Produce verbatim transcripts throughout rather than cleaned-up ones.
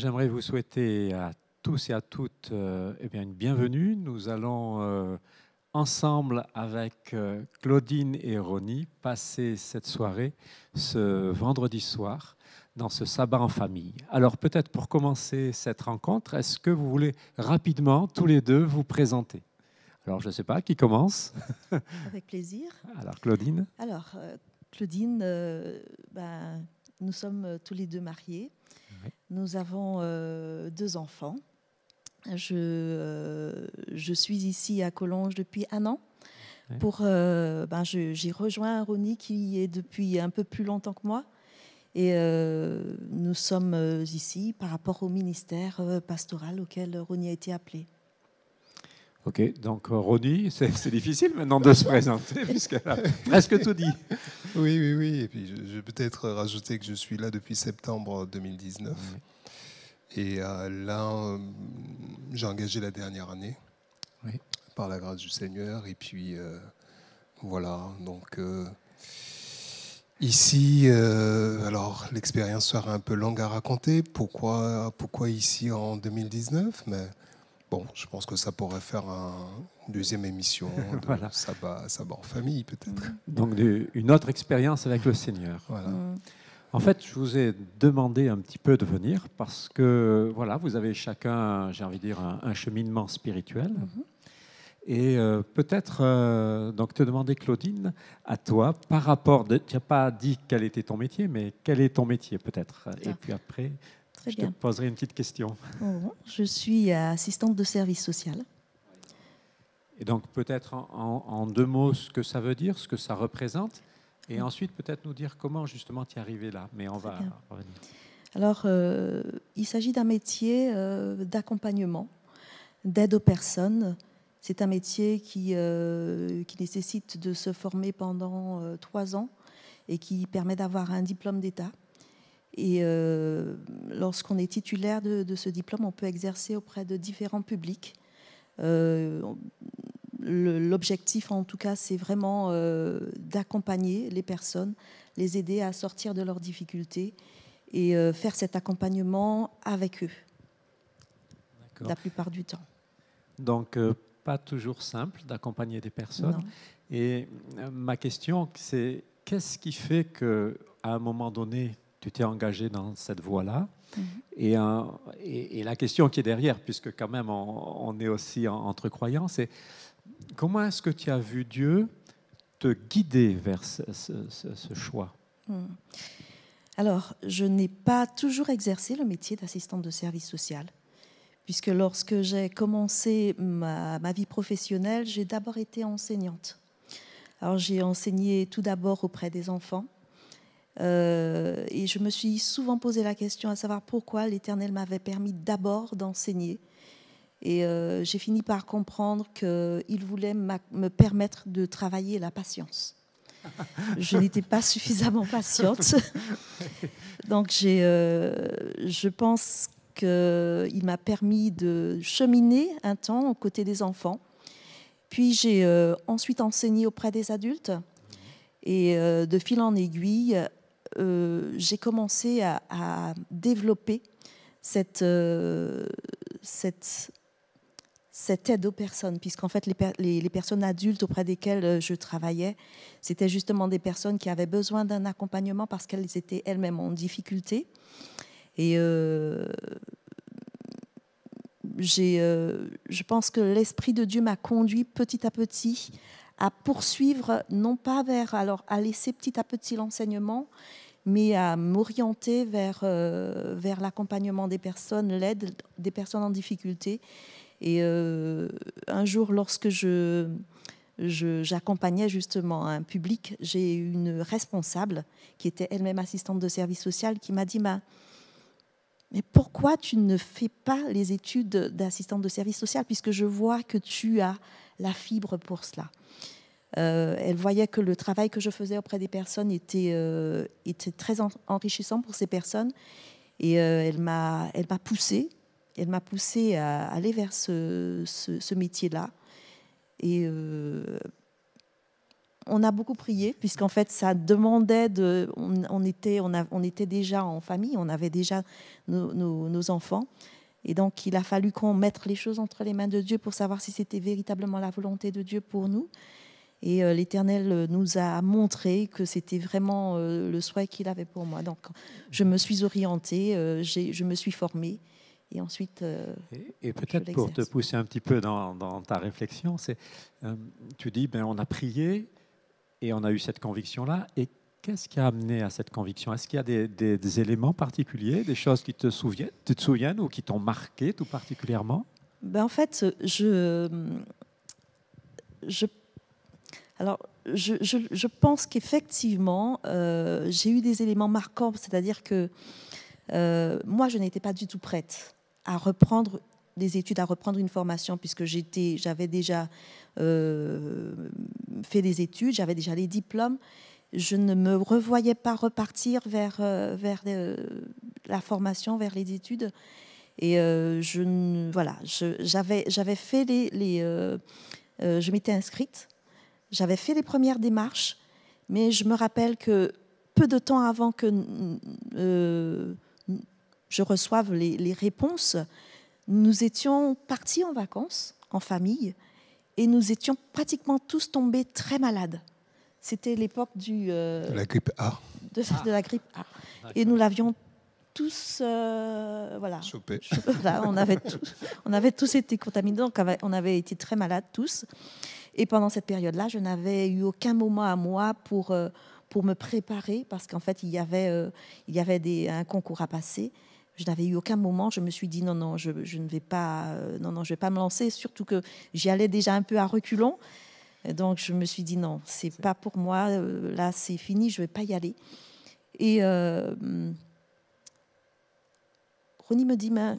j'aimerais vous souhaiter à tous et à toutes euh, eh bien, une bienvenue. Nous allons euh, ensemble avec euh, Claudine et Ronnie passer cette soirée, ce vendredi soir, dans ce sabbat en famille. Alors peut-être pour commencer cette rencontre, est-ce que vous voulez rapidement, tous les deux, vous présenter? Alors je ne sais pas, qui commence? Avec plaisir. Alors Claudine. Alors, euh, Claudine, euh, ben, nous sommes tous les deux mariés. Oui. Nous avons euh, deux enfants. Je, euh, je suis ici à Collonges depuis un an. Oui. Pour, euh, ben, je, j'ai rejoint Ronnie qui est depuis un peu plus longtemps que moi. Et euh, nous sommes ici par rapport au ministère pastoral auquel Ronnie a été appelé. Ok, donc Ronnie, c'est, c'est difficile maintenant de se présenter puisqu'elle a presque tout dit. Oui, oui, oui. Et puis je, je vais peut-être rajouter que je suis là depuis septembre deux mille dix-neuf. Oui. Et euh, là, euh, j'ai engagé la dernière année, oui, par la grâce du Seigneur. Et puis euh, voilà, donc euh, ici, euh, alors l'expérience sera un peu longue à raconter. Pourquoi, pourquoi ici en deux mille dix-neuf? Mais bon, je pense que ça pourrait faire un, une deuxième émission de voilà. sabbat, sabbat en famille, peut-être. Donc, une autre expérience avec le Seigneur. Voilà. Mmh. En fait, je vous ai demandé un petit peu de venir parce que, voilà, vous avez chacun, j'ai envie de dire, un, un cheminement spirituel. Mmh. Et euh, peut-être, euh, donc, te demander, Claudine, à toi, par rapport, de, tu n'as pas dit quel était ton métier, mais quel est ton métier, peut-être. Ah. Et puis après... Très je bien. te poserai une petite question. Oh, je suis assistante de service social. Et donc peut-être en, en, en deux mots ce que ça veut dire, ce que ça représente, et mmh. ensuite peut-être nous dire comment justement tu es arrivé là. Mais on Très va bien. revenir. Alors, euh, il s'agit d'un métier euh, d'accompagnement, d'aide aux personnes. C'est un métier qui, euh, qui nécessite de se former pendant euh, trois ans et qui permet d'avoir un diplôme d'État. Et euh, lorsqu'on est titulaire de, de ce diplôme, on peut exercer auprès de différents publics. Euh, le, l'objectif, en tout cas, c'est vraiment euh, d'accompagner les personnes, les aider à sortir de leurs difficultés et euh, faire cet accompagnement avec eux. D'accord. La plupart du temps. Donc, euh, pas toujours simple d'accompagner des personnes. Non. Et euh, ma question, c'est qu'est-ce qui fait qu'à un moment donné, tu t'es engagé dans cette voie-là. Mmh. Et, euh, et, et la question qui est derrière, puisque quand même on, on est aussi en, entre croyants, c'est comment est-ce que tu as vu Dieu te guider vers ce, ce, ce, ce choix? Mmh. Alors, je n'ai pas toujours exercé le métier d'assistante de service social, puisque lorsque j'ai commencé ma, ma vie professionnelle, j'ai d'abord été enseignante. Alors, j'ai enseigné tout d'abord auprès des enfants. Euh, et je me suis souvent posé la question à savoir pourquoi l'Éternel m'avait permis d'abord d'enseigner. Et euh, j'ai fini par comprendre qu'il voulait me permettre de travailler la patience. Je n'étais pas suffisamment patiente. Donc j'ai, euh, je pense qu'il m'a permis de cheminer un temps aux côtés des enfants. Puis j'ai euh, ensuite enseigné auprès des adultes. Et euh, de fil en aiguille, Euh, j'ai commencé à, à développer cette, euh, cette, cette aide aux personnes, puisqu'en fait, les, per- les, les personnes adultes auprès desquelles je travaillais, c'était justement des personnes qui avaient besoin d'un accompagnement parce qu'elles étaient elles-mêmes en difficulté. Et euh, j'ai, euh, je pense que l'Esprit de Dieu m'a conduit petit à petit à poursuivre, non pas vers, alors à laisser petit à petit l'enseignement, mais à m'orienter vers, euh, vers l'accompagnement des personnes, l'aide des personnes en difficulté. Et euh, un jour, lorsque je, je, j'accompagnais justement un public, j'ai une responsable qui était elle-même assistante de service social qui m'a dit bah, « Mais pourquoi tu ne fais pas les études d'assistante de service social puisque je vois que tu as la fibre pour cela ?» Euh, elle voyait que le travail que je faisais auprès des personnes était, euh, était très en, enrichissant pour ces personnes. Et euh, elle m'a, elle m'a poussée, elle m'a poussée à aller vers ce, ce, ce métier-là. Et euh, on a beaucoup prié, puisqu'en fait, ça demandait de... On, on, était, on, a, on était déjà en famille, on avait déjà nos, nos, nos enfants. Et donc, il a fallu qu'on mette les choses entre les mains de Dieu pour savoir si c'était véritablement la volonté de Dieu pour nous. Et euh, l'Éternel nous a montré que c'était vraiment euh, le souhait qu'il avait pour moi. Donc, je me suis orientée, euh, j'ai, je me suis formée. Et ensuite, euh, et, et peut-être pour te pousser un petit peu dans, dans ta réflexion, c'est, euh, tu dis, ben, on a prié et on a eu cette conviction-là. Et qu'est-ce qui a amené à cette conviction? Est-ce qu'il y a des, des, des éléments particuliers, des choses qui te souviennent, tu te souviens ou qui t'ont marqué tout particulièrement? Ben, en fait, je... je Alors, je, je, je pense qu'effectivement, euh, j'ai eu des éléments marquants, c'est-à-dire que euh, moi, je n'étais pas du tout prête à reprendre des études, à reprendre une formation, puisque j'étais, j'avais déjà euh, fait des études, j'avais déjà les diplômes. Je ne me revoyais pas repartir vers, euh, vers euh, la formation, vers les études. Et euh, je, voilà, je, j'avais, j'avais fait les... les euh, euh, je m'étais inscrite. J'avais fait les premières démarches, mais je me rappelle que peu de temps avant que euh, je reçoive les, les réponses, nous étions partis en vacances, en famille, et nous étions pratiquement tous tombés très malades. C'était l'époque du... Euh, de la grippe A. De, de la grippe A. Et nous l'avions tous... Euh, voilà. Chopé. Voilà, on, avait tous, on avait tous été contaminés, donc on avait été très malades tous. Et pendant cette période-là, je n'avais eu aucun moment à moi pour, euh, pour me préparer, parce qu'en fait, il y avait, euh, il y avait des, un concours à passer. Je n'avais eu aucun moment. Je me suis dit non, non, je, je ne vais pas, euh, non, non, je vais pas me lancer. Surtout que j'y allais déjà un peu à reculons. Et donc, je me suis dit non, c'est pas pour moi. Euh, là, c'est fini, je vais pas y aller. Et euh, Ronnie me dit, mais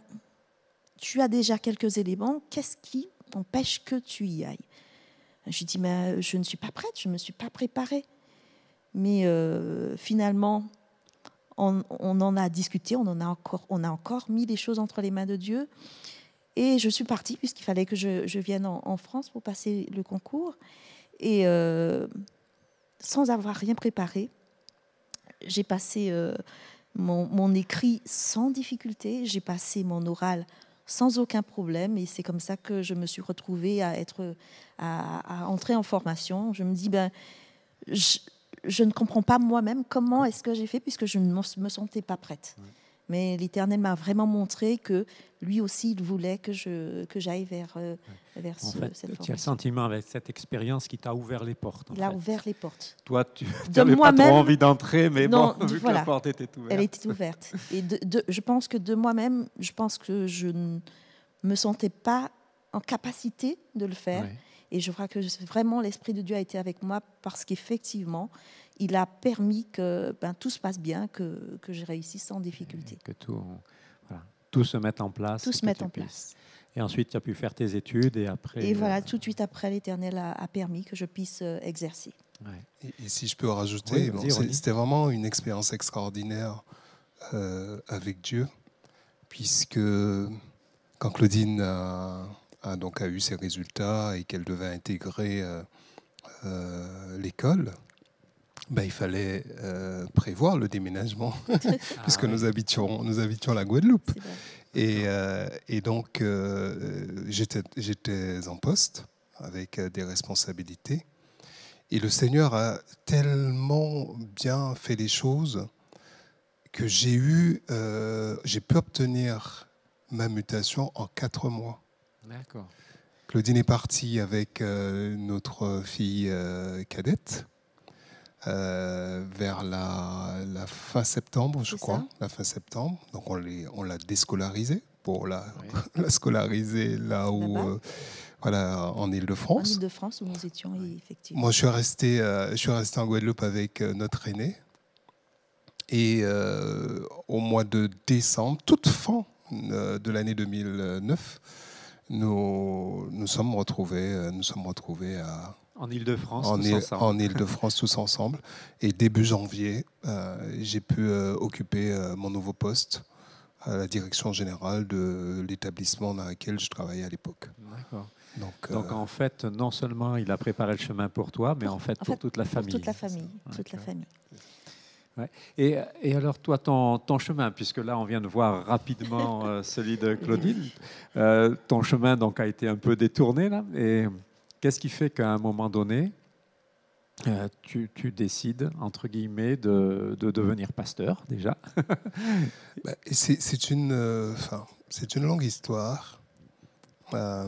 tu as déjà quelques éléments. Qu'est-ce qui empêche que tu y ailles? Je lui dis, mais je ne suis pas prête, je ne me suis pas préparée. Mais euh, finalement, on, on en a discuté, on, en a encore, on a encore mis les choses entre les mains de Dieu. Et je suis partie, puisqu'il fallait que je, je vienne en, en France pour passer le concours. Et euh, sans avoir rien préparé, j'ai passé euh, mon, mon écrit sans difficulté, j'ai passé mon oral sans aucun problème, et c'est comme ça que je me suis retrouvée à être, à, à entrer en formation. Je me dis, ben, je, je ne comprends pas moi-même comment est-ce que j'ai fait, puisque je ne me sentais pas prête. Ouais. Mais l'Éternel m'a vraiment montré que lui aussi, il voulait que je que j'aille vers, euh, vers en ce, fait, cette formation. Tu as le sentiment avec cette expérience qui t'a ouvert les portes. Il en a fait. ouvert les portes. Toi, tu n'avais pas trop envie d'entrer, mais non, bon, vu voilà, que la porte était ouverte. Elle était ouverte. Et de, de, je pense que de moi-même, je pense que je ne me sentais pas en capacité de le faire. Ouais. Et je crois que vraiment l'Esprit de Dieu a été avec moi, parce qu'effectivement, il a permis que ben, tout se passe bien, que, que je réussisse sans difficulté. Et que tout, voilà, tout se mette en place. Tout se mette en place. Et ensuite, tu as pu faire tes études et après... Et voilà, tout de suite après, l'Éternel a, a permis que je puisse euh, exercer. Ouais. Et, et si je peux rajouter, oui, bon, c'était vraiment une expérience extraordinaire euh, avec Dieu, puisque quand Claudine a, a, donc a eu ses résultats et qu'elle devait intégrer euh, euh, l'école, ben, il fallait euh, prévoir le déménagement, ah, puisque oui. nous, habitions, nous habitions la Guadeloupe. Et, euh, et donc, euh, j'étais, j'étais en poste avec des responsabilités. Et le Seigneur a tellement bien fait les choses que j'ai eu, euh, j'ai pu obtenir ma mutation en quatre mois. D'accord. Claudine est partie avec euh, notre fille euh, cadette. Euh, vers la, la fin septembre, je C'est crois, ça. la fin septembre. Donc on, les, on l'a déscolarisée pour la, oui. la scolariser là où, euh, voilà, en Île-de-France. En Île-de-France où nous étions, oui. Effectivement. Moi, je suis resté, euh, je suis resté en Guadeloupe avec euh, notre aîné. Et euh, au mois de décembre, toute fin euh, de l'année deux mille neuf, nous nous sommes retrouvés, euh, nous sommes retrouvés à En Île-de-France, en, tous île, ensemble. En Île-de-France, tous ensemble. Et début janvier, euh, j'ai pu euh, occuper euh, mon nouveau poste à la direction générale de l'établissement dans lequel je travaillais à l'époque. D'accord. Donc, Donc euh... en fait, non seulement il a préparé le chemin pour toi, mais en fait en pour fait, toute la famille. Pour toute la famille, toute okay. la famille. Ouais. Et, et alors toi, ton, ton chemin, puisque là on vient de voir rapidement euh, celui de Claudine, euh, ton chemin donc a été un peu détourné là. Et qu'est-ce qui fait qu'à un moment donné, euh, tu, tu décides entre guillemets de, de devenir pasteur déjà? bah, c'est, c'est une, euh, enfin, c'est une longue histoire. Euh,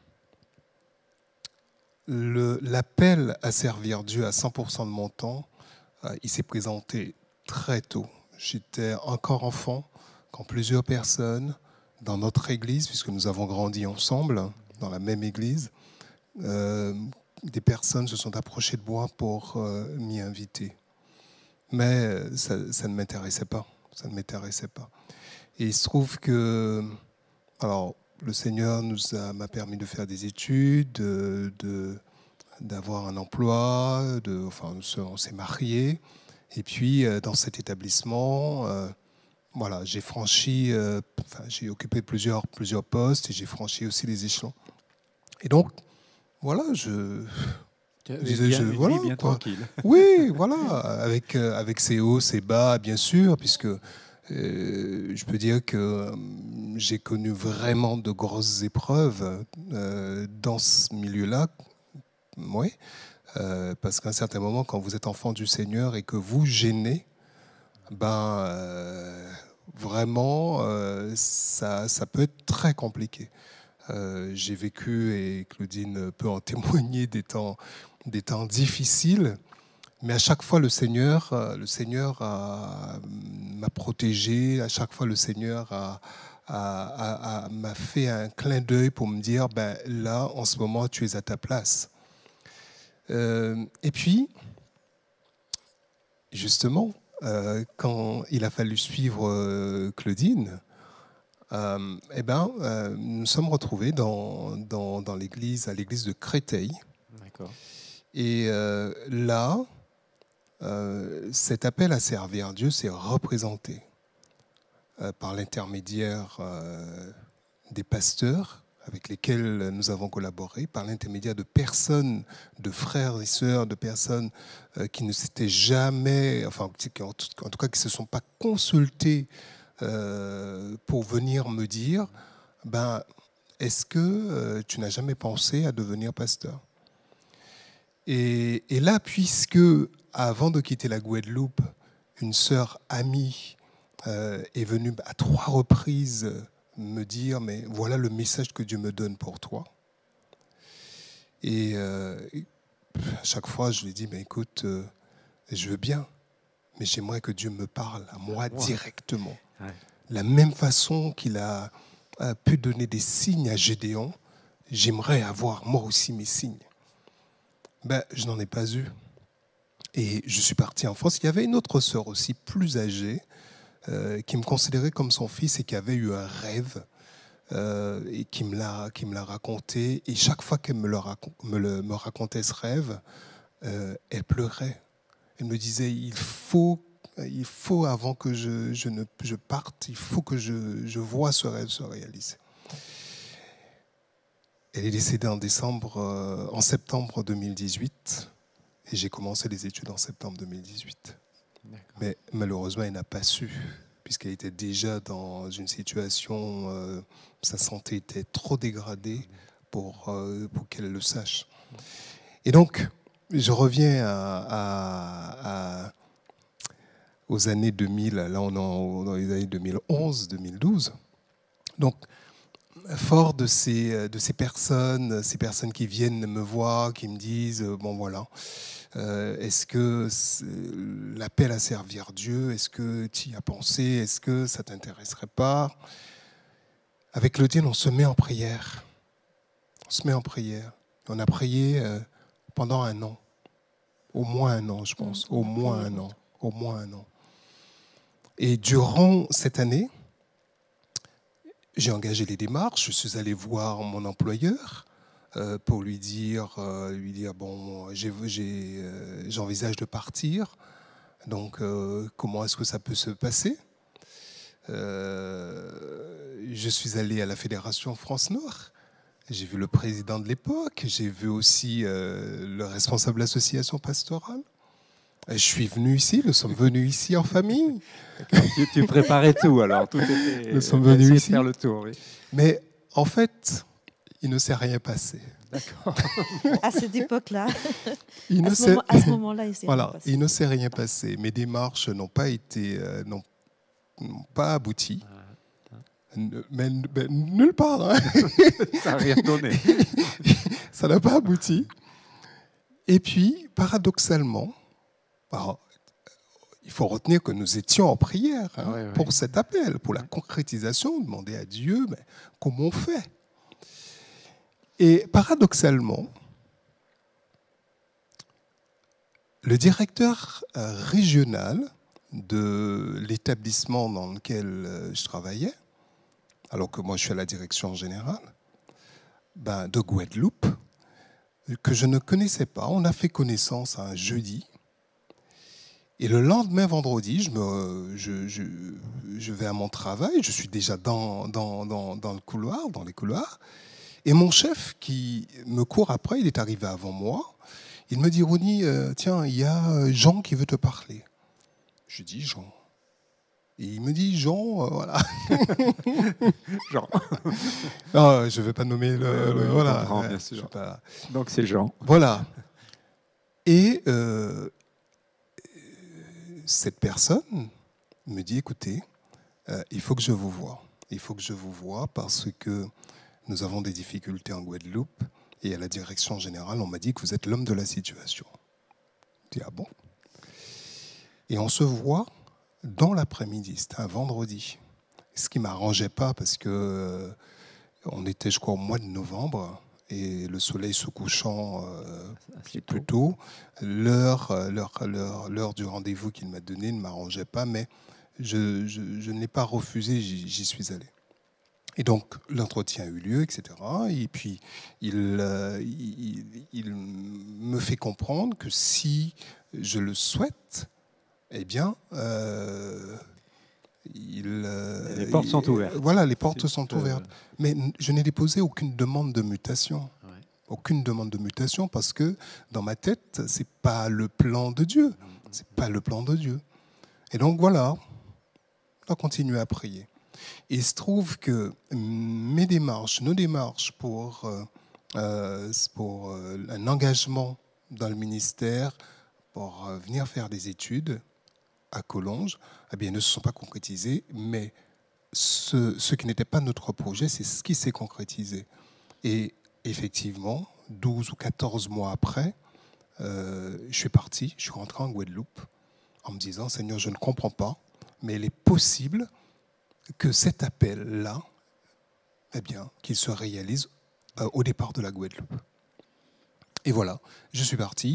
le, l'appel à servir Dieu à cent pour cent de mon temps, euh, il s'est présenté très tôt. J'étais encore enfant quand plusieurs personnes dans notre église, puisque nous avons grandi ensemble dans la même église, euh, des personnes se sont approchées de moi pour euh, m'y inviter. Mais ça, ça ne m'intéressait pas. Ça ne m'intéressait pas. Et il se trouve que, alors, le Seigneur nous a, m'a permis de faire des études, de, de, d'avoir un emploi, de, enfin, on s'est mariés. Et puis, dans cet établissement, euh, voilà, j'ai franchi, euh, enfin, j'ai occupé plusieurs, plusieurs postes et j'ai franchi aussi les échelons. Et donc, voilà, je... Je disais, bien, je, voilà, bien tranquille. Oui, voilà, avec, euh, avec ses hauts, ses bas, bien sûr, puisque euh, je peux dire que euh, j'ai connu vraiment de grosses épreuves euh, dans ce milieu-là. Oui. Euh, parce qu'à un certain moment, quand vous êtes enfant du Seigneur et que vous gênez, ben, euh, vraiment, euh, ça, ça peut être très compliqué. Euh, j'ai vécu, et Claudine peut en témoigner, des temps, des temps difficiles, mais à chaque fois, le Seigneur, le Seigneur a, m'a protégé, à chaque fois, le Seigneur a, a, a, a, m'a fait un clin d'œil pour me dire, ben, là, en ce moment, tu es à ta place. Euh, et puis, justement, euh, quand il a fallu suivre euh, Claudine, euh, eh ben, euh, nous nous sommes retrouvés dans, dans, dans l'église, à l'église de Créteil. D'accord. Et euh, là, euh, cet appel à servir Dieu s'est représenté euh, par l'intermédiaire euh, des pasteurs avec lesquels nous avons collaboré, par l'intermédiaire de personnes, de frères et sœurs, de personnes euh, qui ne s'étaient jamais, enfin, en tout, en tout cas, qui ne se sont pas consultés euh, pour venir me dire, ben, est-ce que euh, tu n'as jamais pensé à devenir pasteur ? et, et là, puisque, avant de quitter la Guadeloupe, une sœur amie euh, est venue à trois reprises me dire, mais voilà le message que Dieu me donne pour toi. Et euh, à chaque fois, je lui dis, mais écoute, euh, je veux bien, mais j'aimerais que Dieu me parle à moi ouais. directement. Ouais. La même façon qu'il a, a pu donner des signes à Gédéon, j'aimerais avoir moi aussi mes signes. Ben, je n'en ai pas eu. Et je suis parti en France. Il y avait une autre sœur aussi, plus âgée, euh, qui me considérait comme son fils et qui avait eu un rêve euh, et qui me, l'a, qui me l'a raconté. Et chaque fois qu'elle me, le racon- me, le, me racontait ce rêve, euh, elle pleurait. Elle me disait, il faut, il faut avant que je, je, ne, je parte, il faut que je, je voie ce rêve se réaliser. Elle est décédée en décembre, euh, en septembre deux mille dix-huit. Et j'ai commencé les études en septembre deux mille dix-huit. D'accord. Mais malheureusement, elle n'a pas su, puisqu'elle était déjà dans une situation, euh, sa santé était trop dégradée pour, euh, pour qu'elle le sache. Et donc, je reviens à, à, à, aux années deux mille, là on est dans les années deux mille onze, deux mille douze. Donc, fort de ces, de ces personnes, ces personnes qui viennent me voir, qui me disent, bon voilà, Euh, est-ce que l'appel à servir Dieu, est-ce que tu y as pensé? Est-ce que ça ne t'intéresserait pas? Avec Claudine, on se met en prière. On se met en prière. On a prié euh, pendant un an. Au moins un an, je pense. Mmh, au moins un an. Au moins un an. Et durant cette année, j'ai engagé les démarches. Je suis allé voir mon employeur. Euh, pour lui dire, euh, lui dire bon, j'ai, j'ai, euh, j'envisage de partir, donc euh, comment est-ce que ça peut se passer? euh, Je suis allé à la Fédération France Nord, j'ai vu le président de l'époque, j'ai vu aussi euh, le responsable de l'association pastorale. Je suis venu ici, nous sommes venus ici en famille. Tu, tu préparais tout alors, tout était. Nous sommes venus ici. Faire le tour, oui. Mais en fait, il ne s'est rien passé. D'accord. À cette époque-là, il à, ne ce s'est... moment, à ce moment-là, il s'est voilà, rien passé. il ne s'est rien passé. Mes démarches n'ont pas été, euh, n'ont, n'ont pas abouti. Mais, mais nulle part. Hein. Ça n'a rien donné. Ça n'a pas abouti. Et puis, paradoxalement, alors, il faut retenir que nous étions en prière hein, ah ouais, ouais. pour cet appel, pour la concrétisation, demander à Dieu, mais comment on fait? Et paradoxalement, le directeur régional de l'établissement dans lequel je travaillais, alors que moi je suis à la direction générale, ben, de Guadeloupe, que je ne connaissais pas. On a fait connaissance un jeudi. Et le lendemain, vendredi, je, me, je, je, je vais à mon travail. Je suis déjà dans, dans, dans, dans le couloir, dans les couloirs. Et mon chef qui me court après, il est arrivé avant moi. Il me dit, Ronnie, euh, tiens, il y a Jean qui veut te parler. Je dis, Jean. Et il me dit, Jean, euh, voilà. Jean. Non, je ne vais pas nommer le... Euh, le oui, voilà. comprends, bien sûr. Pas... Donc c'est Jean. Voilà. Et euh, cette personne me dit, écoutez, euh, il faut que je vous voie. Il faut que je vous voie parce que nous avons des difficultés en Guadeloupe et à la direction générale, on m'a dit que vous êtes l'homme de la situation. Je dis, ah bon? Et on se voit dans l'après-midi, c'était un vendredi. Ce qui ne m'arrangeait pas parce que euh, on était, je crois, au mois de novembre et le soleil se couchant euh, plus tôt. L'heure, l'heure, l'heure, l'heure du rendez-vous qu'il m'a donné ne m'arrangeait pas, mais je, je, je ne l'ai pas refusé, j'y, j'y suis allé. Et donc, l'entretien a eu lieu, et cetera. Et puis, il, euh, il, il me fait comprendre que si je le souhaite, eh bien, euh, il, euh, les portes il, sont ouvertes. Voilà, les portes sont peux... ouvertes. Mais je n'ai déposé aucune demande de mutation. Ouais. Aucune demande de mutation parce que, dans ma tête, ce n'est pas le plan de Dieu. Ce n'est pas le plan de Dieu. Et donc, voilà, on a continué à prier. Et il se trouve que mes démarches, nos démarches pour, euh, pour euh, un engagement dans le ministère, pour euh, venir faire des études à Collonges, eh bien, ne se sont pas concrétisées, mais ce, ce qui n'était pas notre projet, c'est ce qui s'est concrétisé. Et effectivement, douze ou quatorze mois après, euh, je suis parti, je suis rentré en Guadeloupe en me disant, Seigneur, je ne comprends pas, mais il est possible que cet appel-là, eh bien, qu'il se réalise euh, au départ de la Guadeloupe. Et voilà, je suis parti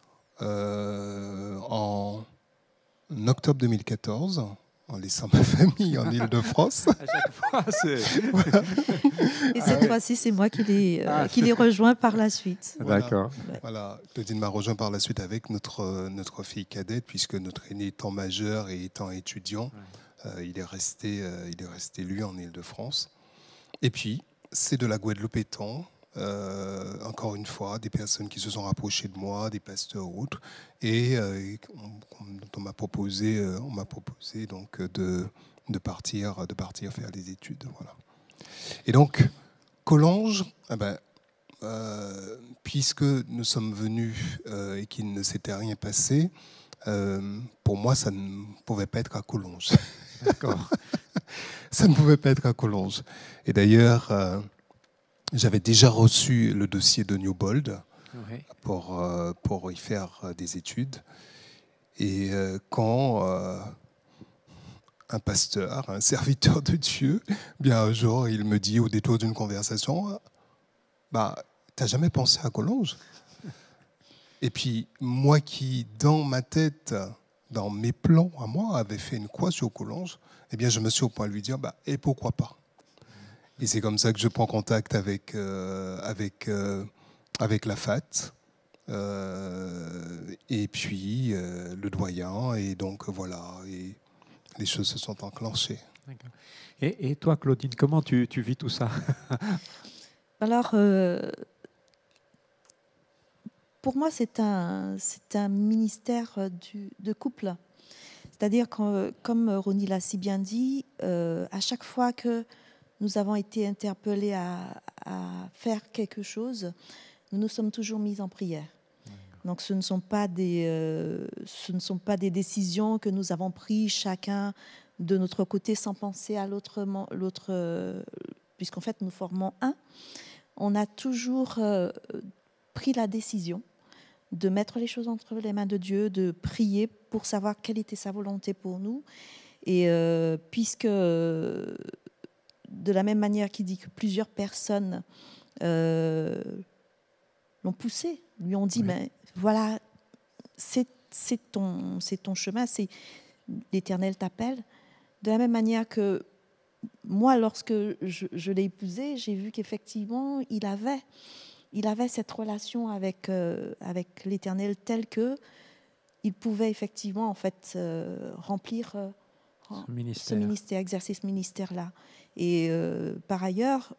euh, en octobre deux mille quatorze, en laissant ma famille en Île-de-France. À chaque fois, c'est... Voilà. Et cette ah, fois-ci, c'est moi qui l'ai, euh, qui l'ai rejoint par la suite. Voilà. D'accord. Voilà, Claudine m'a rejoint par la suite avec notre, notre fille cadette, puisque notre aîné étant majeur et étant étudiant, ouais. Euh, il est resté, euh, il est resté lui en Île-de-France. Et puis, c'est de la Guadeloupe étant, euh, encore une fois, des personnes qui se sont rapprochées de moi, des pasteurs ou autres, et euh, on, on m'a proposé, euh, on m'a proposé donc de, de partir, de partir faire des études. Voilà. Et donc, Collonges, eh ben, euh, puisque nous sommes venus euh, et qu'il ne s'était rien passé, euh, pour moi, ça ne pouvait pas être à Collonges. D'accord. Ça ne pouvait pas être à Collonges. Et d'ailleurs, euh, j'avais déjà reçu le dossier de Newbold oui. pour, euh, pour y faire des études. Et euh, quand euh, un pasteur, un serviteur de Dieu, bien un jour, il me dit au détour d'une conversation, bah, t'as jamais pensé à Collonges? Et puis, moi qui, dans ma tête, dans mes plans à moi, avait fait une croix sur Collonges, eh bien, je me suis au point de lui dire, bah, et pourquoi pas? Et c'est comme ça que je prends contact avec, euh, avec, euh, avec la F A T, euh, et puis euh, le doyen, et donc voilà, et les choses se sont enclenchées. Et, et toi, Claudine, comment tu, tu vis tout ça? Alors, euh, pour moi, c'est un, c'est un ministère du, de couple. C'est-à-dire que, comme Ronnie l'a si bien dit, euh, à chaque fois que nous avons été interpellés à, à faire quelque chose, nous nous sommes toujours mis en prière. Donc, ce ne sont pas des, euh, ce ne sont pas des décisions que nous avons prises chacun de notre côté sans penser à l'autre, l'autre, euh, puisqu'en fait, nous formons un. On a toujours euh, pris la décision de mettre les choses entre les mains de Dieu, de prier pour savoir quelle était sa volonté pour nous. Et euh, puisque, euh, de la même manière qu'il dit que plusieurs personnes euh, l'ont poussé, lui ont dit, oui. mais voilà, c'est, c'est, ton, c'est ton chemin, c'est, l'Éternel t'appelle. De la même manière que moi, lorsque je, je l'ai épousé, j'ai vu qu'effectivement, il avait, il avait cette relation avec, euh, avec l'Éternel telle que il pouvait effectivement en fait euh, remplir euh, ce, ministère. ce ministère, exercer ce ministère-là. Et euh, par ailleurs,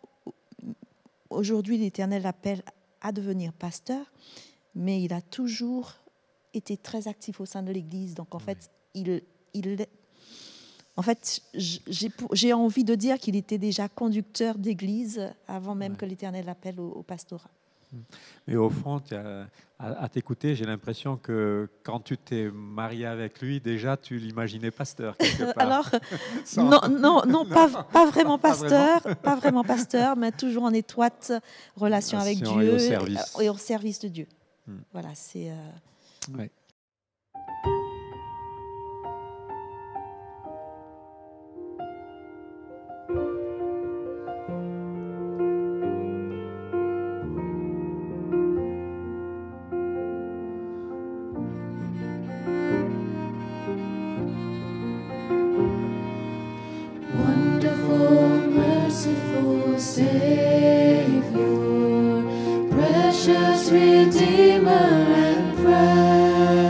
aujourd'hui, l'Éternel l'appelle à devenir pasteur, mais il a toujours été très actif au sein de l'Église. Donc en oui. fait, il, il En fait, j'ai, j'ai envie de dire qu'il était déjà conducteur d'église avant même ouais. que l'Éternel l'appelle au, au pastorat. Mais au fond, à, à t'écouter, j'ai l'impression que quand tu t'es marié avec lui, déjà, tu l'imaginais pasteur quelque part. Alors, non, non, non, pas, pas vraiment pasteur, pas vraiment. pas vraiment pasteur, mais toujours en étroite relation, relation avec Dieu et au service, et, et au service de Dieu. Hmm. Voilà, c'est... Euh... Ouais. Savior, precious Redeemer and friend.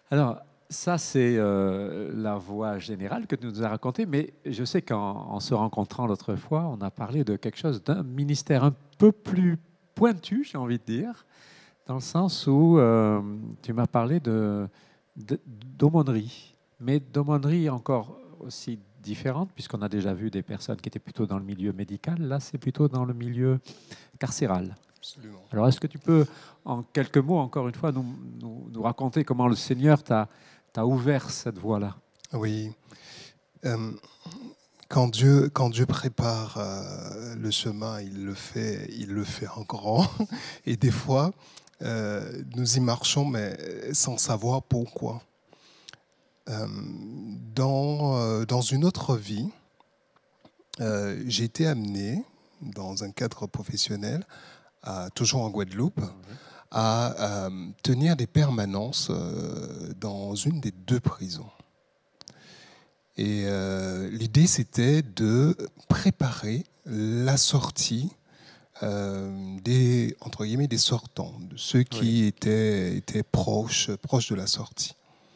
Alors, ça, c'est euh, la voie générale que tu nous as racontée, mais je sais qu'en en se rencontrant l'autre fois, on a parlé de quelque chose, d'un ministère un peu plus pointu, j'ai envie de dire, dans le sens où euh, tu m'as parlé de, de- d'aumônerie, mais d'aumônerie encore aussi différente, puisqu'on a déjà vu des personnes qui étaient plutôt dans le milieu médical. Là, c'est plutôt dans le milieu carcéral. Absolument. Alors, est-ce que tu peux, en quelques mots, encore une fois, nous, nous- nous raconter comment le Seigneur t'a t'a ouvert cette voie-là? Oui. Euh, quand Dieu, quand Dieu prépare euh, le chemin, il le fait, il le fait en grand. Et des fois, euh, nous y marchons, mais sans savoir pourquoi. Euh, dans, euh, dans une autre vie, euh, j'ai été amené, dans un cadre professionnel, à, toujours en Guadeloupe, à, à tenir des permanences euh, dans une des deux prisons. Et euh, l'idée, c'était de préparer la sortie euh, des, entre guillemets, des sortants, de ceux qui oui. étaient, étaient proches, proches de la sortie.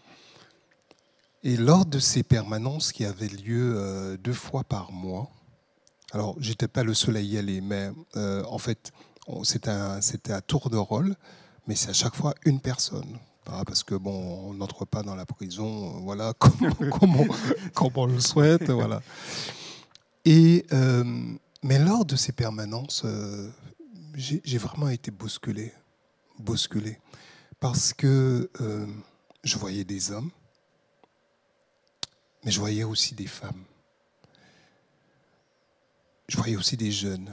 Et lors de ces permanences qui avaient lieu euh, deux fois par mois, alors j'étais pas le seul à y aller, mais euh, en fait, c'était à tour de rôle, mais c'est à chaque fois une personne. Parce que bon, on n'entre pas dans la prison, voilà, comme, comme, on, comme on le souhaite, voilà. Et euh, mais lors de ces permanences, euh, j'ai vraiment été bousculé, bousculé, parce que euh, je voyais des hommes, mais je voyais aussi des femmes. Je voyais aussi des jeunes.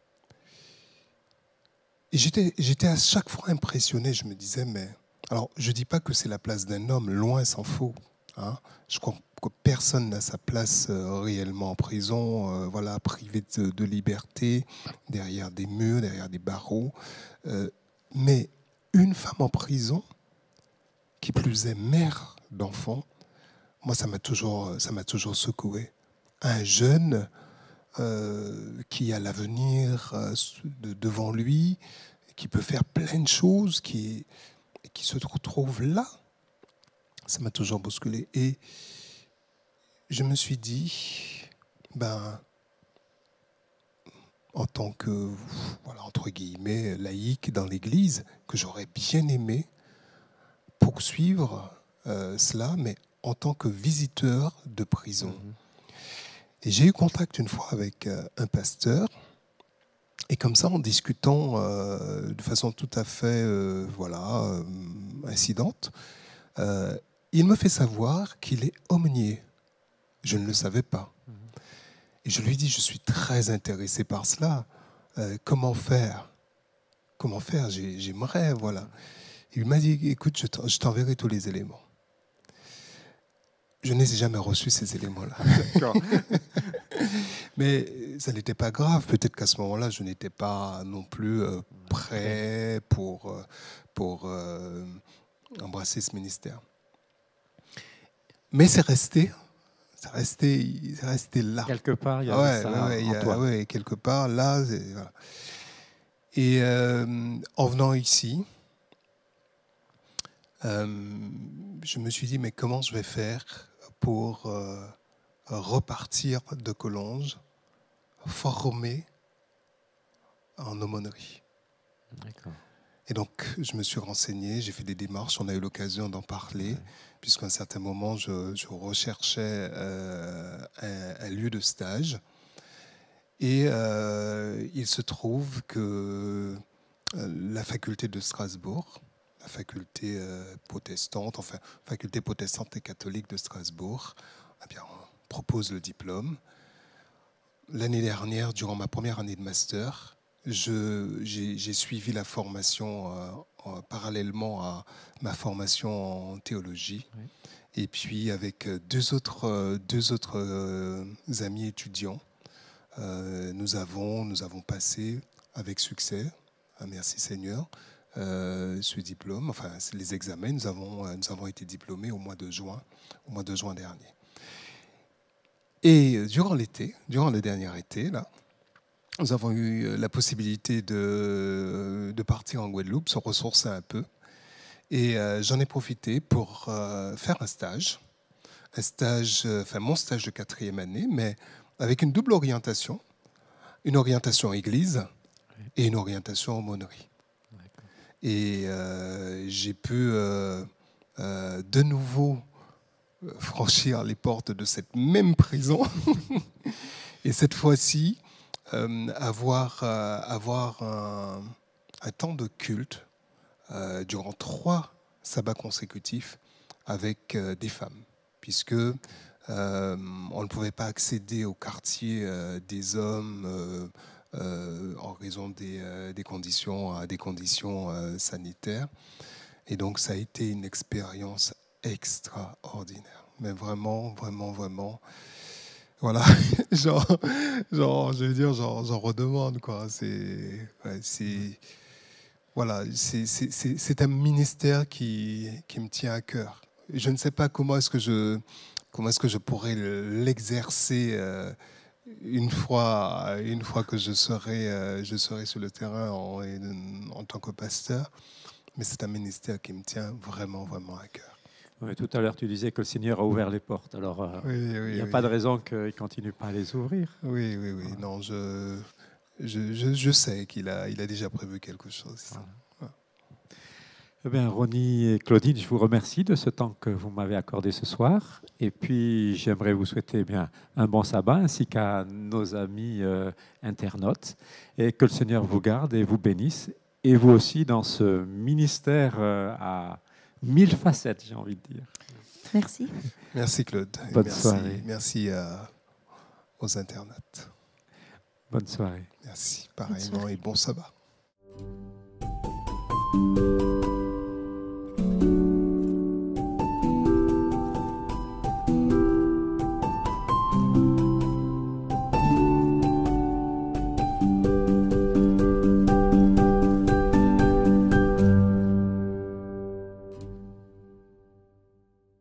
Et j'étais à chaque fois impressionné. Je me disais, mais... Alors, je ne dis pas que c'est la place d'un homme, loin s'en faut. Hein. Je crois que personne n'a sa place euh, réellement en prison, euh, voilà, privé de, de liberté, derrière des murs, derrière des barreaux. Euh, mais une femme en prison, qui plus est mère d'enfants, moi, ça m'a toujours, ça m'a toujours secoué. Un jeune... Euh, qui a l'avenir euh, de, devant lui, qui peut faire plein de choses, qui, qui se retrouve là, ça m'a toujours bousculé. Et je me suis dit, ben, en tant que, voilà, entre guillemets, laïque dans l'Église, que j'aurais bien aimé poursuivre euh, cela, mais en tant que visiteur de prison. Mm-hmm. Et j'ai eu contact une fois avec euh, un pasteur, et comme ça, en discutant euh, de façon tout à fait euh, voilà, euh, incidente, euh, il me fait savoir qu'il est aumônier. Je ne le savais pas. Et je lui dis, je suis très intéressé par cela. Euh, comment faire Comment faire J'aimerais, voilà. Il m'a dit, écoute, je t'enverrai tous les éléments. Je n'ai jamais reçu ces éléments-là. Mais ça n'était pas grave. Peut-être qu'à ce moment-là, je n'étais pas non plus euh, prêt pour, euh, pour euh, embrasser ce ministère. Mais c'est resté. C'est resté, c'est resté là. Quelque part, il y a ouais, ça ouais, en y a, toi. Ouais, quelque part, là. Voilà. Et euh, en venant ici, euh, je me suis dit, mais comment je vais faire pour euh, repartir de Collonges, formé en aumônerie. Et donc, je me suis renseigné, j'ai fait des démarches, on a eu l'occasion d'en parler, ouais. puisqu'à un certain moment, je, je recherchais euh, un, un lieu de stage. Et euh, il se trouve que la faculté de Strasbourg, la faculté euh, protestante, enfin, faculté protestante et catholique de Strasbourg, eh bien, on propose le diplôme. L'année dernière, durant ma première année de master, j'ai suivi la formation euh, en, parallèlement à ma formation en théologie. Oui. Et puis avec deux autres, deux autres euh, amis étudiants, euh, nous, avons, nous avons passé avec succès, ah, merci Seigneur, euh, ce diplôme, enfin les examens, nous avons, nous avons été diplômés au mois de juin, au mois de juin dernier. Et durant l'été, durant le dernier été, là, nous avons eu la possibilité de, de partir en Guadeloupe, se ressourcer un peu. Et euh, j'en ai profité pour euh, faire un stage, un stage, euh, enfin mon stage de quatrième année, mais avec une double orientation, une orientation église et une orientation aumônerie. Et euh, j'ai pu euh, euh, de nouveau franchir les portes de cette même prison et cette fois-ci euh, avoir, euh, avoir un, un temps de culte euh, durant trois sabbats consécutifs avec euh, des femmes, puisque euh, on ne pouvait pas accéder au quartier euh, des hommes euh, euh, en raison des, euh, des conditions, des conditions euh, sanitaires. Et donc ça a été une expérience extraordinaire. Mais vraiment, vraiment, vraiment. Voilà, genre, genre, je veux dire, genre, j'en redemande, quoi. C'est, ouais, c'est, voilà, c'est, c'est, c'est, c'est un ministère qui, qui me tient à cœur. Je ne sais pas comment est-ce que je, comment est-ce que je pourrais l'exercer euh, une fois, une fois que je serai, euh, je serai sur le terrain en, en tant que pasteur. Mais c'est un ministère qui me tient vraiment, vraiment à cœur. Oui, tout à l'heure, tu disais que le Seigneur a ouvert les portes. Alors, euh, oui, oui, il n'y a oui. pas de raison qu'il ne continue pas à les ouvrir. Oui, oui, oui. Voilà. Non, je, je, je, je sais qu'il a, il a déjà prévu quelque chose. Voilà. Voilà. Eh bien, Ronnie et Claudine, je vous remercie de ce temps que vous m'avez accordé ce soir. Et puis, j'aimerais vous souhaiter eh bien, un bon sabbat, ainsi qu'à nos amis euh, internautes. Et que le Seigneur vous garde et vous bénisse. Et vous aussi dans ce ministère euh, à mille facettes, j'ai envie de dire. Merci. Merci Claude. Bonne merci, soirée. Merci euh, aux internautes. Bonne soirée. Merci, pareillement, et bon sabbat.